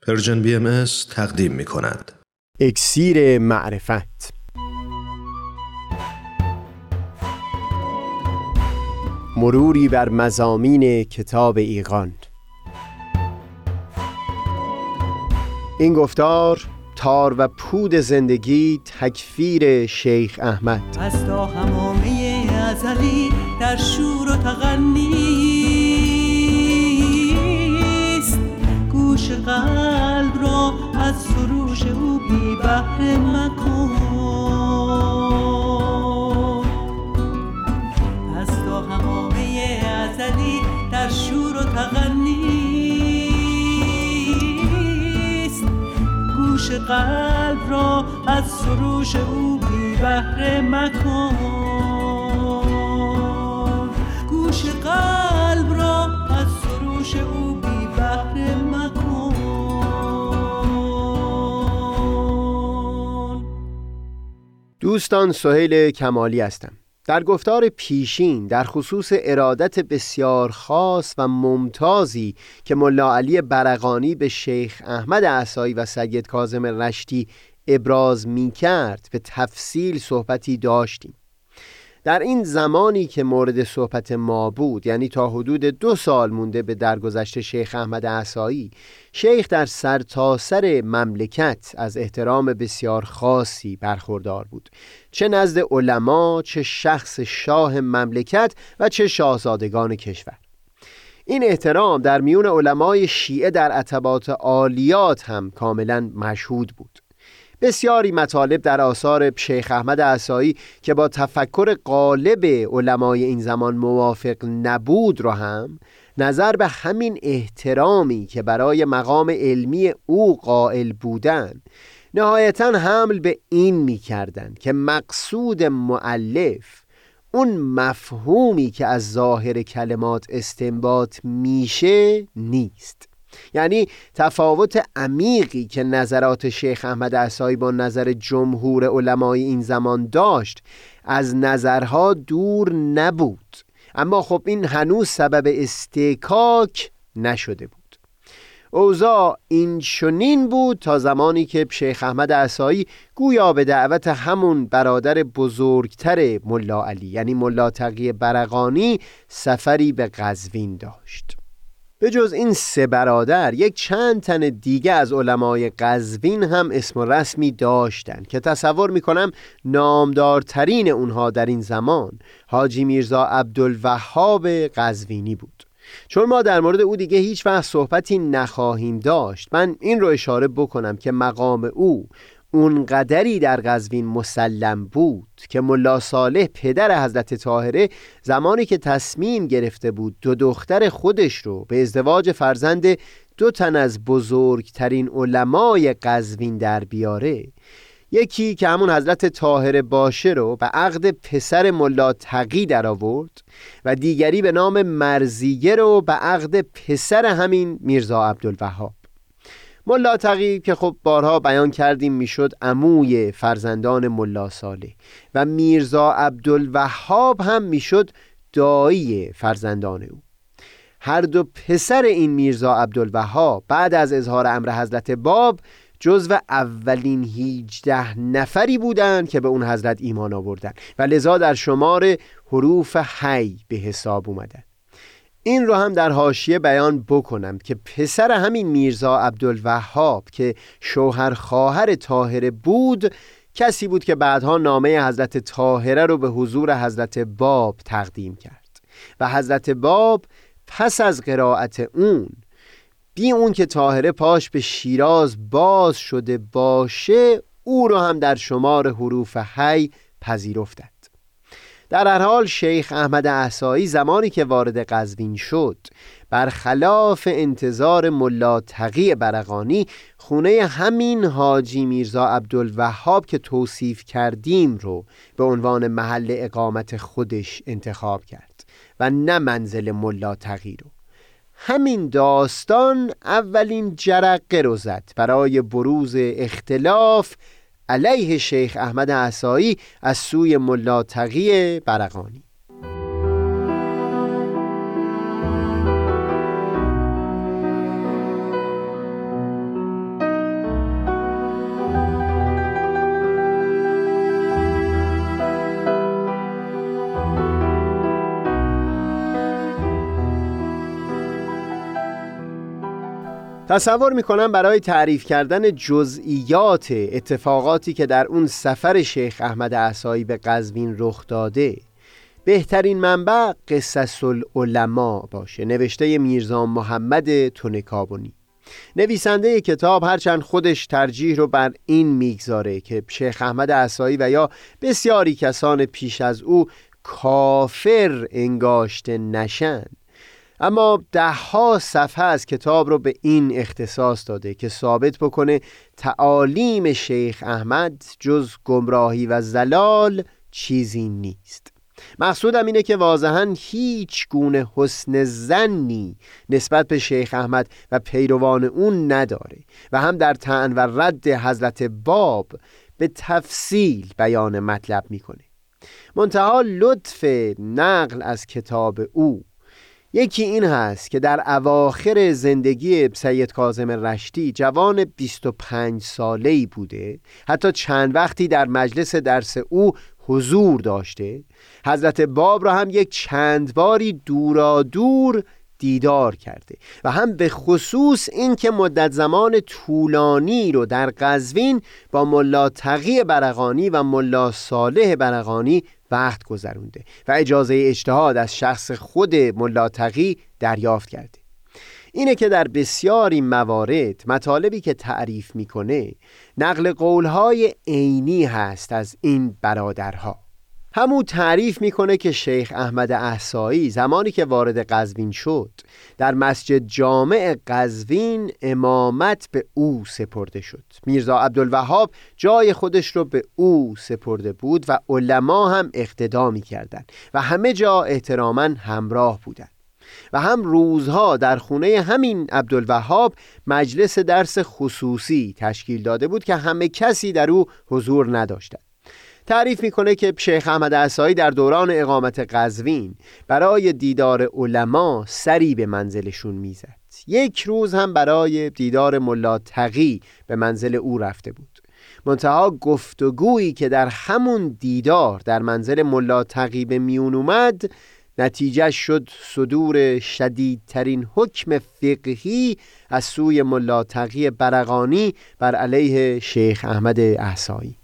پرژن BMS تقدیم می کند. اکسیر معرفت. مروری بر مضامین کتاب ایقان. این گفتار تار و پود زندگی تکفیر شیخ احمد. از تا همامه ازلی در شور و تغنیست، گوش قلب را از سروش او بی بهره مکن. از تا همامه ازلی در شور و تغنیست، گوش قلب را از سروش او بی بهره مکن. گوش قلب را از سروش او بی بهره مکن. دوستان، سهیل کمالی هستم. در گفتار پیشین در خصوص ارادت بسیار خاص و ممتازی که ملا علی برقانی به شیخ احمد عصایی و سید کاظم رشتی ابراز می کرد به تفصیل صحبتی داشتیم. در این زمانی که مورد صحبت ما بود، یعنی تا حدود 2 سال مونده به درگذشت شیخ احمد عصایی، شیخ در سرتاسر مملکت از احترام بسیار خاصی برخوردار بود، چه نزد علما، چه شخص شاه مملکت و چه شاهزادگان کشور. این احترام در میون علمای شیعه در عتبات عالیات هم کاملا مشهود بود. بسیاری مطالب در آثار شیخ احمد عصایی که با تفکر غالب علمای این زمان موافق نبود را هم نظر به همین احترامی که برای مقام علمی او قائل بودند نهایتاً حمل به این می کردند که مقصود مؤلف اون مفهومی که از ظاهر کلمات استنباط میشه نیست. یعنی تفاوت عمیقی که نظرات شیخ احمد عصایی با نظر جمهور علمای این زمان داشت از نظرها دور نبود، اما خب این هنوز سبب استکاک نشده بود. اوضاع این چنین بود تا زمانی که شیخ احمد عصایی گویا به دعوت همون برادر بزرگتر ملا علی، یعنی ملا تقی برقانی، سفری به قزوین داشت. به جز این 3 برادر، یک چند تن دیگه از علمای قزوین هم اسم و رسمی داشتند که تصور میکنم نامدارترین اونها در این زمان حاجی میرزا عبدالوهاب قزوینی بود. چون ما در مورد او دیگه هیچ وقت صحبتی نخواهیم داشت، من این رو اشاره بکنم که مقام او اونقدری در قزوین مسلم بود که ملا صالح پدر حضرت طاهره زمانی که تصمیم گرفته بود 2 دختر خودش رو به ازدواج فرزند 2 تن از بزرگترین علمای قزوین در بیاره، یکی که همون حضرت طاهره باشه رو به عقد پسر ملا تقی در آورد و دیگری به نام مرضیه رو به عقد پسر همین میرزا عبدالوهاب. ملا تقی که خب بارها بیان کردیم میشد عموی فرزندان ملا صالح و میرزا عبدالوهاب هم میشد دایی فرزندان او. هر 2 پسر این میرزا عبدالوهاب بعد از اظهار امر حضرت باب جزو اولین 18 نفری بودند که به اون حضرت ایمان آوردند و لذا در شمار حروف حی به حساب اومدند. این رو هم در حاشیه بیان بکنم که پسر همین میرزا عبدالوهاب که شوهر خواهر طاهره بود، کسی بود که بعدها نامه حضرت طاهره رو به حضور حضرت باب تقدیم کرد و حضرت باب پس از قرائت اون، بی اون که طاهره پاش به شیراز باز شده باشه، او رو هم در شمار حروف حی پذیرفتند. در هر حال شیخ احمد عصایی زمانی که وارد قزوین شد، برخلاف انتظار ملا تقی برقانی، خونه همین حاجی میرزا عبدالوهاب که توصیف کردیم رو به عنوان محل اقامت خودش انتخاب کرد و نه منزل ملا تقی رو. همین داستان اولین جرقه رو زد برای بروز اختلاف علیه شیخ احمد عصایی از سوی ملا تقی برقانی. تصور میکنم برای تعریف کردن جزئیات اتفاقاتی که در اون سفر شیخ احمد عصایی به قزوین رخ داده بهترین منبع قصص العلماء باشه، نوشته میرزا محمد تنکابنی. نویسنده کتاب هرچند خودش ترجیح رو بر این میگذاره که شیخ احمد عصایی و یا بسیاری کسان پیش از او کافر انگاشته نشن، اما دهها صفحه از کتاب رو به این اختصاص داده که ثابت بکنه تعالیم شیخ احمد جز گمراهی و ضلال چیزی نیست. مقصودم اینه که واضحاً هیچ گونه حسن ظنی نسبت به شیخ احمد و پیروان اون نداره و هم در طعن و رد حضرت باب به تفصیل بیان مطلب میکنه. منتها لطف نقل از کتاب او یکی این هست که در اواخر زندگی سید کاظم رشتی جوان 25 ساله‌ای بوده، حتی چند وقتی در مجلس درس او حضور داشته، حضرت باب را هم یک چند باری دورا دور دیدار کرده و هم به خصوص این که مدت زمان طولانی رو در قزوین با ملا تقی برقانی و ملا صالح برقانی وقت گذرونده و اجازه اجتهاد از شخص خود ملا تقی دریافت کرده. اینه که در بسیاری موارد مطالبی که تعریف میکنه نقل قولهای عینی هست از این برادرها. همون تعریف میکنه که شیخ احمد عصایی زمانی که وارد قزوین شد در مسجد جامع قزوین امامت به او سپرده شد. میرزا عبدالوهاب جای خودش رو به او سپرده بود و علما هم اقتدا میکردند و همه جا احتراما همراه بودند و هم روزها در خونه همین عبدالوهاب مجلس درس خصوصی تشکیل داده بود که همه کسی در او حضور نداشتند. تعریف میکنه که شیخ احمد عصایی در دوران اقامت قزوین برای دیدار علما سری به منزلشون میزد. یک روز هم برای دیدار ملا تقی به منزل او رفته بود. منتها گفتگویی که در همون دیدار در منزل ملا تقی به میون اومد نتیجه شد صدور شدیدترین حکم فقهی از سوی ملا تقی برقانی بر علیه شیخ احمد عصایی.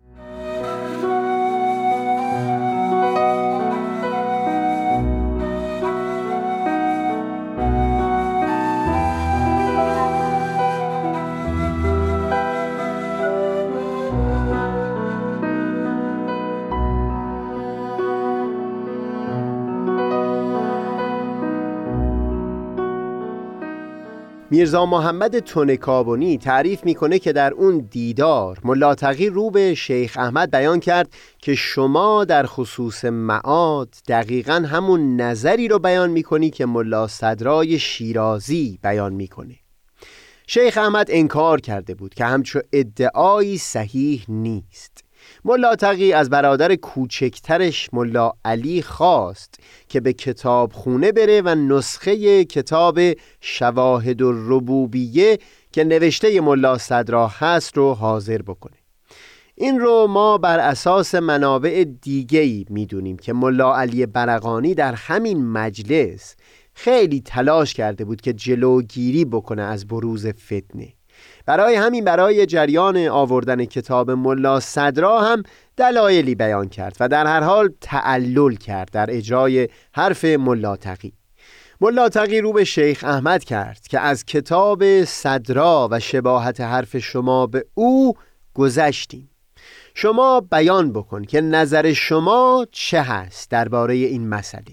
میرزا محمد تنکابنی تعریف میکنه که در اون دیدار ملا تقی رو به شیخ احمد بیان کرد که شما در خصوص معاد دقیقاً همون نظری رو بیان میکنی که ملا صدرای شیرازی بیان میکنه. شیخ احمد انکار کرده بود که همچو ادعایی صحیح نیست. ملا تقی از برادر کوچکترش ملا علی خواست که به کتاب خونه بره و نسخه کتاب شواهد الربوبیه که نوشته ملا صدرا هست رو حاضر بکنه. این رو ما بر اساس منابع دیگه‌ای میدونیم که ملا علی برقانی در همین مجلس خیلی تلاش کرده بود که جلوگیری بکنه از بروز فتنه. برای همین برای جریان آوردن کتاب ملا صدرا هم دلایلی بیان کرد و در هر حال تعلل کرد در اجرای حرف ملا تقی. ملا تقی رو به شیخ احمد کرد که از کتاب صدرا و شباهت حرف شما به او گذشتیم. شما بیان بکن که نظر شما چه هست درباره این مسئله.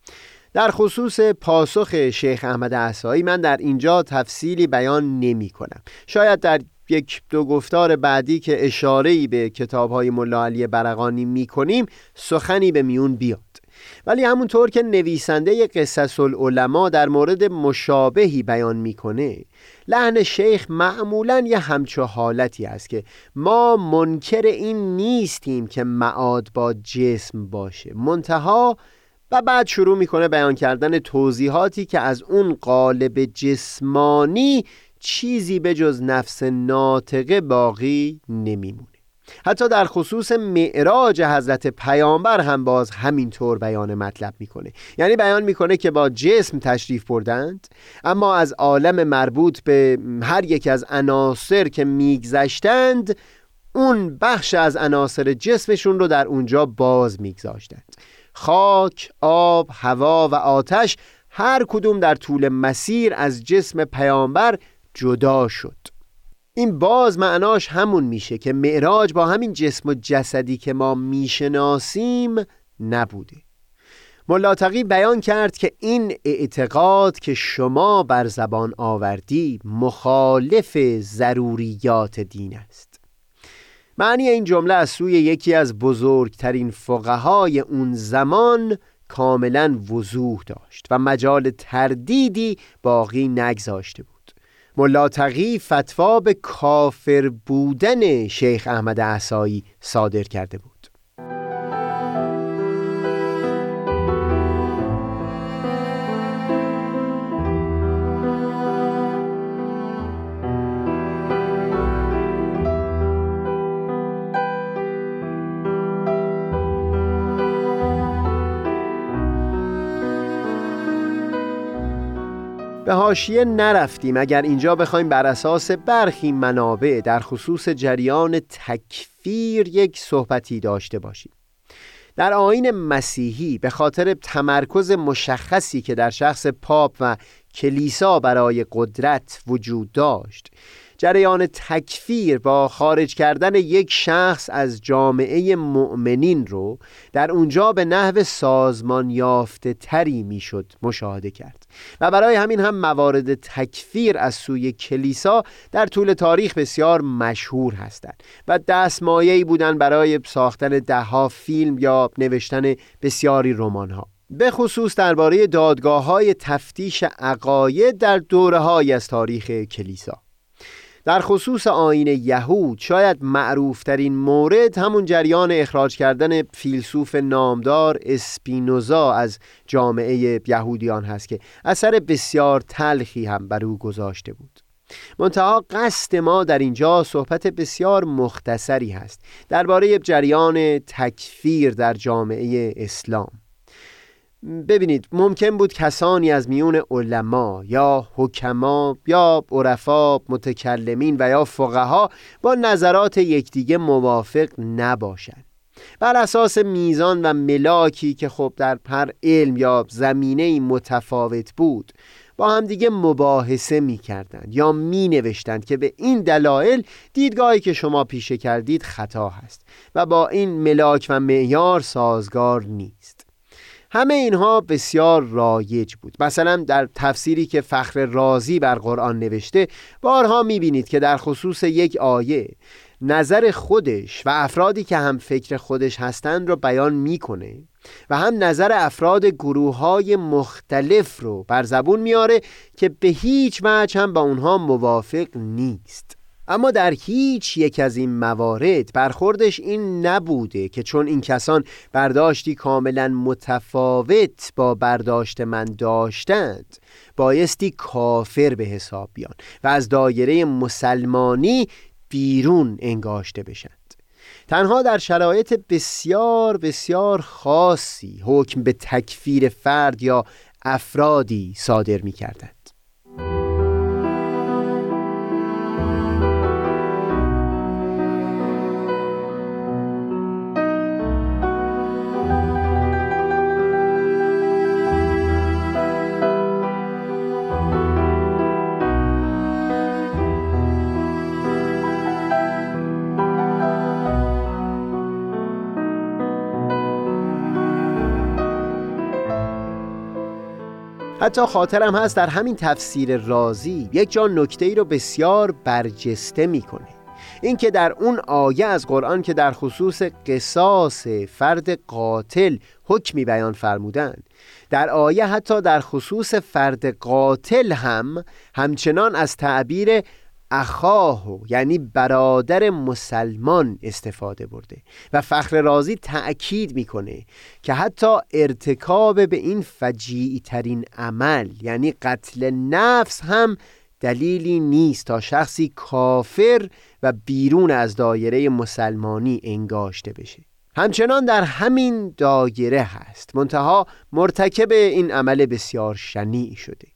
در خصوص پاسخ شیخ احمد عصایی من در اینجا تفصیلی بیان نمی کنم. شاید در یک دو گفتار بعدی که اشاره‌ای به کتاب‌های ملا علی برقانی می کنیم سخنی به میون بیاد. ولی همونطور که نویسنده قصص العلماء در مورد مشابهی بیان میکنه، لحن شیخ معمولاً یه همچو حالتی است که ما منکر این نیستیم که معاد با جسم باشه، منتها و بعد شروع میکنه بیان کردن توضیحاتی که از اون قالب جسمانی چیزی به جز نفس ناطقه باقی نمیمونه. حتی در خصوص معراج حضرت پیامبر هم باز همینطور بیان مطلب میکنه. یعنی بیان میکنه که با جسم تشریف بردند، اما از عالم مربوط به هر یک از عناصر که میگذشتند، اون بخش از عناصر جسمشون رو در اونجا باز میگذاشتند. خاک، آب، هوا و آتش هر کدوم در طول مسیر از جسم پیامبر جدا شد. این باز معناش همون میشه که معراج با همین جسم و جسدی که ما میشناسیم نبوده. ملا تقی بیان کرد که این اعتقاد که شما بر زبان آوردی مخالف ضروریات دین است. معنی این جمله از سوی یکی از بزرگترین فقهای اون زمان کاملا وضوح داشت و مجال تردیدی باقی نگذاشته بود. ملا تقی فتوا به کافر بودن شیخ احمد عصایی صادر کرده بود. به حاشیه نرفتیم اگر اینجا بخوایم بر اساس برخی منابع در خصوص جریان تکفیر یک صحبتی داشته باشیم. در آیین مسیحی به خاطر تمرکز مشخصی که در شخص پاپ و کلیسا برای قدرت وجود داشت، جریان تکفیر با خارج کردن یک شخص از جامعه مؤمنین رو در اونجا به نحو سازمان یافته تری میشد مشاهده کرد و برای همین هم موارد تکفیر از سوی کلیسا در طول تاریخ بسیار مشهور هستند و دستمایه‌ای بودن برای ساختن ده‌ها فیلم یا نوشتن بسیاری رمان‌ها، به خصوص درباره دادگاه‌های تفتیش عقاید در دوره‌هایی از تاریخ کلیسا. در خصوص آیین یهود شاید معروفترین مورد همون جریان اخراج کردن فیلسوف نامدار اسپینوزا از جامعه یهودیان هست که اثر بسیار تلخی هم بر او گذاشته بود. منتها قصد ما در اینجا صحبت بسیار مختصری هست درباره جریان تکفیر در جامعه اسلام. ببینید، ممکن بود کسانی از میون علما یا حکما یا عرفا، متکلمین و یا فقها با نظرات یکدیگه موافق نباشند. بر اساس میزان و ملاکی که خب در هر علم یا زمینه‌ای متفاوت بود با هم دیگه مباحثه می کردند یا می نوشتند که به این دلایل دیدگاهی که شما پیشه کردید خطا هست و با این ملاک و معیار سازگار نیست. همه اینها بسیار رایج بود. مثلا در تفسیری که فخر رازی بر قرآن نوشته بارها میبینید که در خصوص یک آیه نظر خودش و افرادی که هم فکر خودش هستند رو بیان میکنه و هم نظر افراد گروه‌های مختلف رو بر زبون میاره که به هیچ وجه هم با اونها موافق نیست. اما در هیچ یک از این موارد برخوردش این نبوده که چون این کسان برداشتی کاملا متفاوت با برداشت من داشتند بایستی کافر به حساب بیان و از دایره مسلمانی بیرون انگاشته بشند. تنها در شرایط بسیار بسیار خاصی حکم به تکفیر فرد یا افرادی صادر می کردند. حتی خاطرم هست در همین تفسیر رازی یک جا نکته‌ای رو بسیار برجسته میکنه، این که در اون آیه از قرآن که در خصوص قصاص فرد قاتل حکمی بیان فرمودند، در آیه حتی در خصوص فرد قاتل هم همچنان از تعبیر اخاه یعنی برادر مسلمان استفاده برده و فخر رازی تأکید میکنه که حتی ارتکاب به این فجیع ترین عمل یعنی قتل نفس هم دلیلی نیست تا شخصی کافر و بیرون از دایره مسلمانی انگاشته بشه. همچنان در همین دایره هست، منتها مرتکب این عمل بسیار شنیع شده.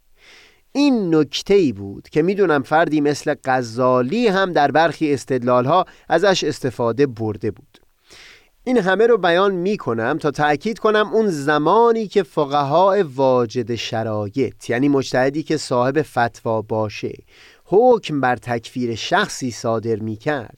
این نکته‌ای بود که میدونم فردی مثل غزالی هم در برخی استدلالها ازش استفاده برده بود. این همه رو بیان میکنم تا تأکید کنم اون زمانی که فقها واجد شرایط، یعنی مجتهدی که صاحب فتوا باشه، حکم بر تکفیر شخصی صادر میکرد،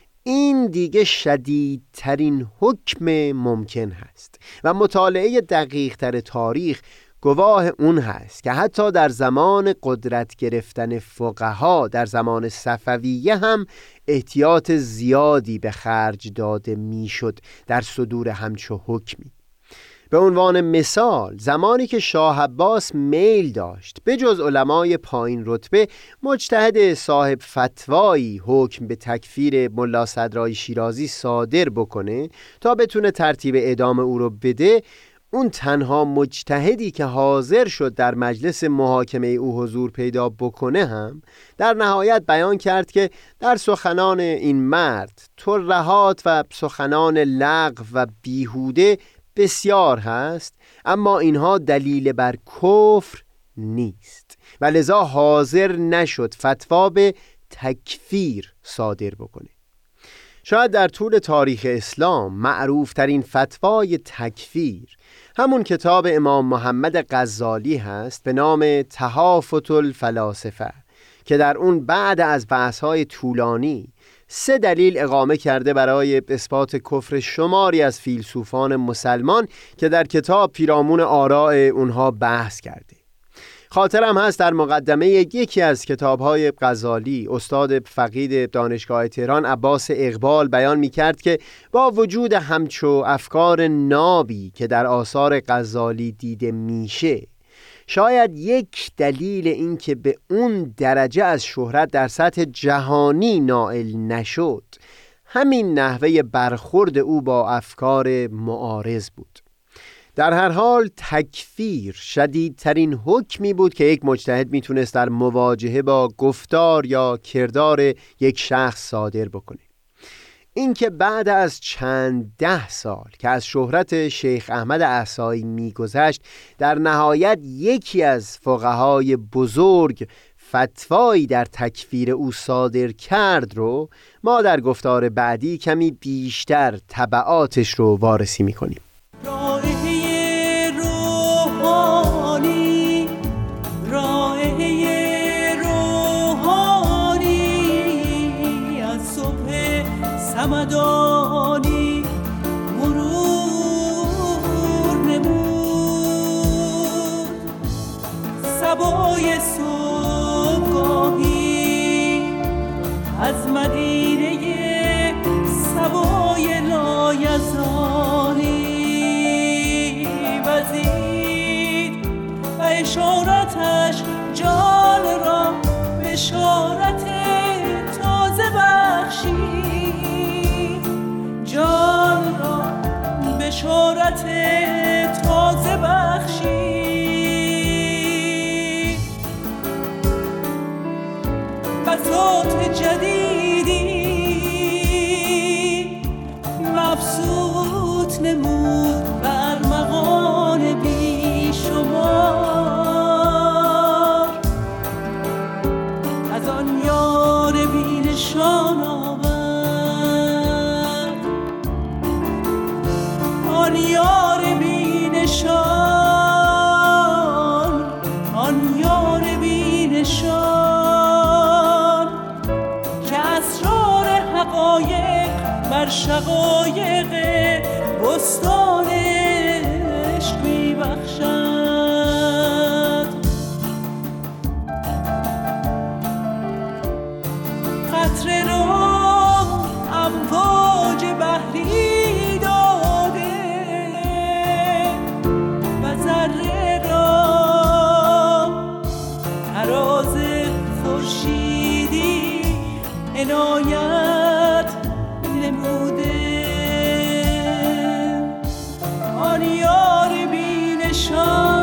این دیگه شدیدترین حکم ممکن هست و مطالعه دقیق تر تاریخ گواه اون هست که حتی در زمان قدرت گرفتن فقها در زمان صفویه هم احتیاط زیادی به خرج داده میشد در صدور همچو حکمی. به عنوان مثال، زمانی که شاه عباس میل داشت به جز علمای پایین رتبه مجتهد صاحب فتوایی حکم به تکفیر ملا صدرای شیرازی صادر بکنه تا بتونه ترتیب اعدام او رو بده، اون تنها مجتهدی که حاضر شد در مجلس محاکمه او حضور پیدا بکنه هم در نهایت بیان کرد که در سخنان این مرد ترهات و سخنان لغو و بیهوده بسیار هست، اما اینها دلیل بر کفر نیست و لذا حاضر نشد فتوا به تکفیر صادر بکنه. شاید در طول تاریخ اسلام معروف ترین فتوای تکفیر همون کتاب امام محمد غزالی هست به نام تحافت الفلاسفه که در اون بعد از بحث‌های طولانی 3 دلیل اقامه کرده برای اثبات کفر شماری از فیلسوفان مسلمان که در کتاب پیرامون آراء اونها بحث کرده. خاطرم هست در مقدمه یکی از کتاب‌های غزالی استاد فقید دانشگاه تهران عباس اقبال بیان می‌کرد که با وجود همچو افکار نابی که در آثار غزالی دیده میشه، شاید یک دلیل این که به اون درجه از شهرت در سطح جهانی نائل نشد همین نحوه برخورد او با افکار معارض بود. در هر حال تکفیر شدیدترین حکمی بود که یک مجتهد میتونست در مواجهه با گفتار یا کردار یک شخص صادر بکنه. این که بعد از چند 10 سال که از شهرت شیخ احمد احصایی میگذشت در نهایت یکی از فقهای بزرگ فتوایی در تکفیر او صادر کرد رو ما در گفتار بعدی کمی بیشتر تبعاتش رو وارسی میکنیم. همدانی مرور نمود سبای صبحگاهی از مدینه سبای لایزالی وزید و اشارتش جان را بشارت تازه بخشید، جان را بشارت تازه بخشید. بساط جدیدی مبسوط نمود بر مغان بی شمار، از آن یار بی نشان آن یار بی نشان، آن یار بی نشان که اسرار حقایق بر شقایق بستان عشق می بخشد. قطره رو امواج بحری عنایت نموده، آن یار بی نشان